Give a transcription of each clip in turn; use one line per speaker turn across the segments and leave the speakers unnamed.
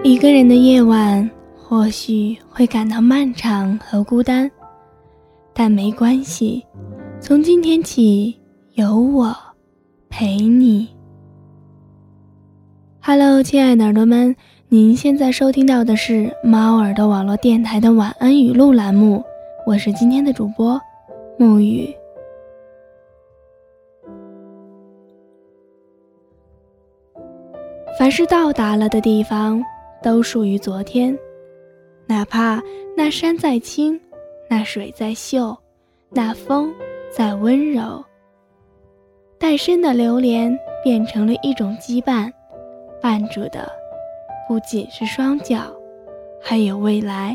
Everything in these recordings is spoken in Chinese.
一个人的夜晚或许会感到漫长和孤单，但没关系，从今天起有我陪你。Hello， 亲爱的耳朵们，您现在收听到的是猫耳朵网络电台的晚安语录栏目，我是今天的主播沐雨。凡是到达了的地方都属于昨天，哪怕那山再青，那水再秀，那风再温柔。带深的流连变成了一种羁绊，绊住的不仅是双脚，还有未来。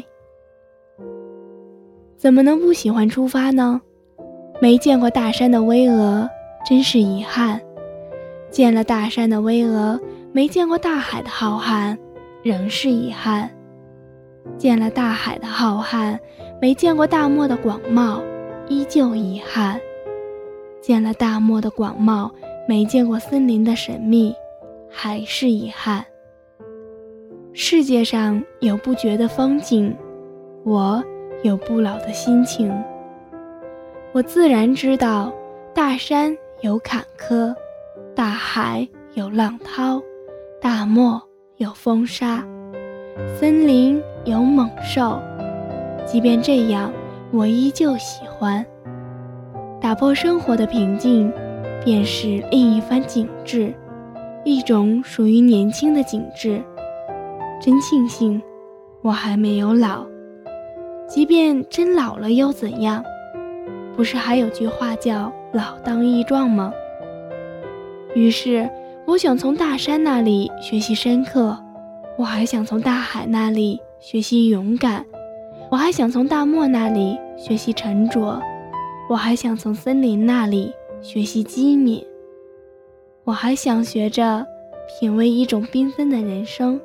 怎么能不喜欢出发呢？没见过大山的巍峨，真是遗憾；见了大山的巍峨，没见过大海的浩瀚，仍是遗憾；见了大海的浩瀚，没见过大漠的广袤，依旧遗憾；见了大漠的广袤，没见过森林的神秘，还是遗憾。世界上有不绝的风景，我有不老的心情。我自然知道，大山有坎坷，大海有浪涛，大漠有风沙，森林有猛兽。即便这样，我依旧喜欢。打破生活的平静，便是另一番景致，一种属于年轻的景致。真庆幸我还没有老，即便真老了又怎样？不是还有句话叫老当益壮吗？于是我想从大山那里学习深刻，我还想从大海那里学习勇敢，我还想从大漠那里学习沉着，我还想从森林那里学习机敏，我还想学着品味一种缤纷的人生。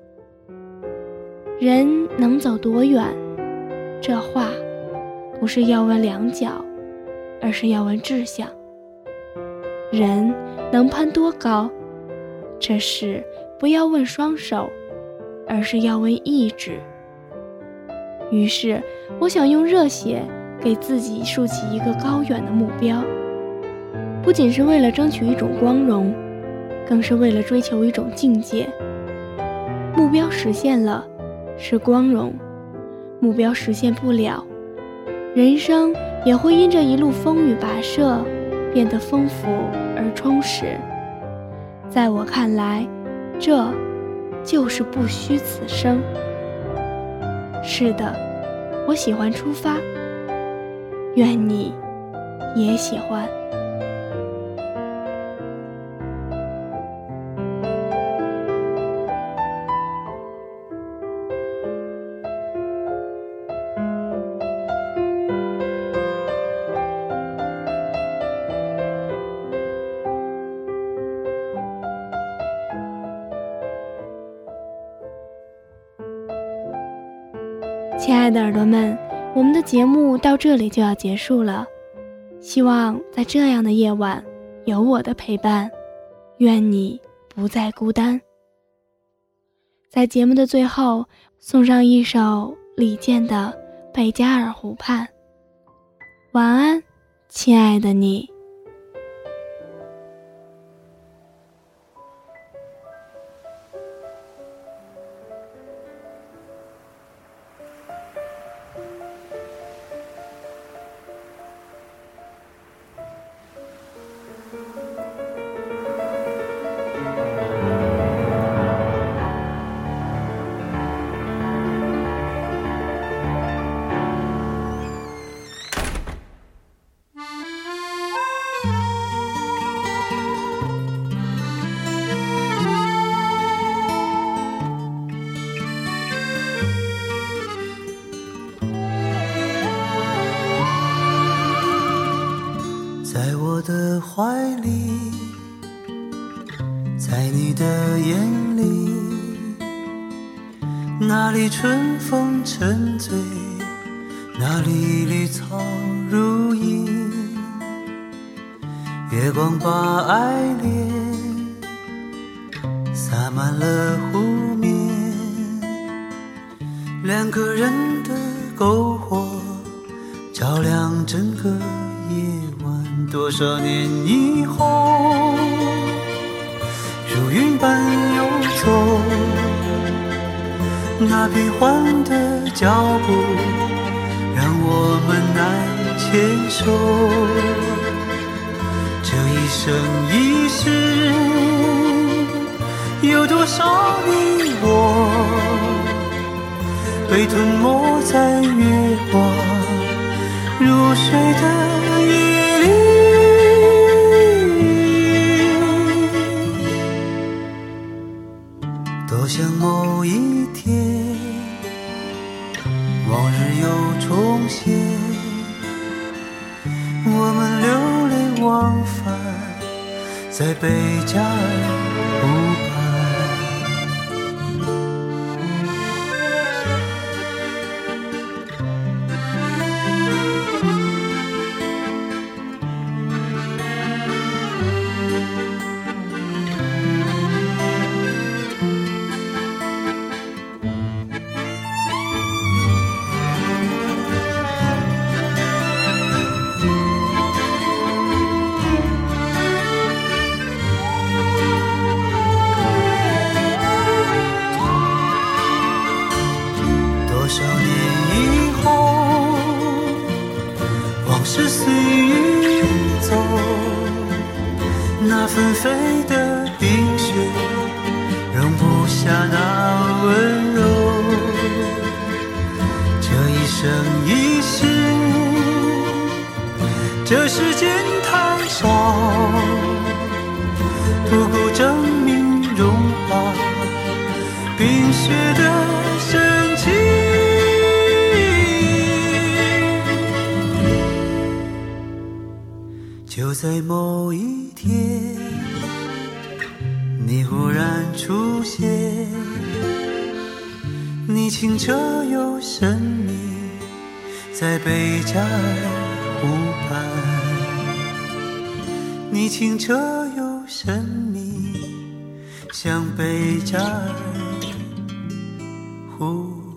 人能走多远？这话不是要问两脚，而是要问志向。人能攀多高？这事不要问双手，而是要问意志。于是我想用热血给自己竖起一个高远的目标，不仅是为了争取一种光荣，更是为了追求一种境界。目标实现了是光荣，目标实现不了，人生也会因这一路风雨跋涉变得丰富而充实。在我看来，这就是不虚此生。是的，我喜欢出发，愿你也喜欢。亲爱的耳朵们，我们的节目到这里就要结束了，希望在这样的夜晚有我的陪伴，愿你不再孤单。在节目的最后，送上一首李健的《贝加尔湖畔》。晚安，亲爱的你。
在我的怀里，在你的眼里，那里春风沉醉，那里绿草如茵，月光把爱恋洒满了湖面， 两个人的篝火照亮整个夜晚，多少年以后，如云般游走，那变幻的脚步让我们难牵手。这一生一世，有多少你我被吞没在月光入睡的夜里。多想某一天，往日又重现，我们流连忘返在贝加尔湖畔。是随云走，那纷飞的冰雪容不下那温柔。这一生一世，这世间太少，不够证明融化冰雪的深情。就在某一天，你忽然出现，你清澈又神秘，在贝加尔湖畔。你清澈又神秘，像贝加尔湖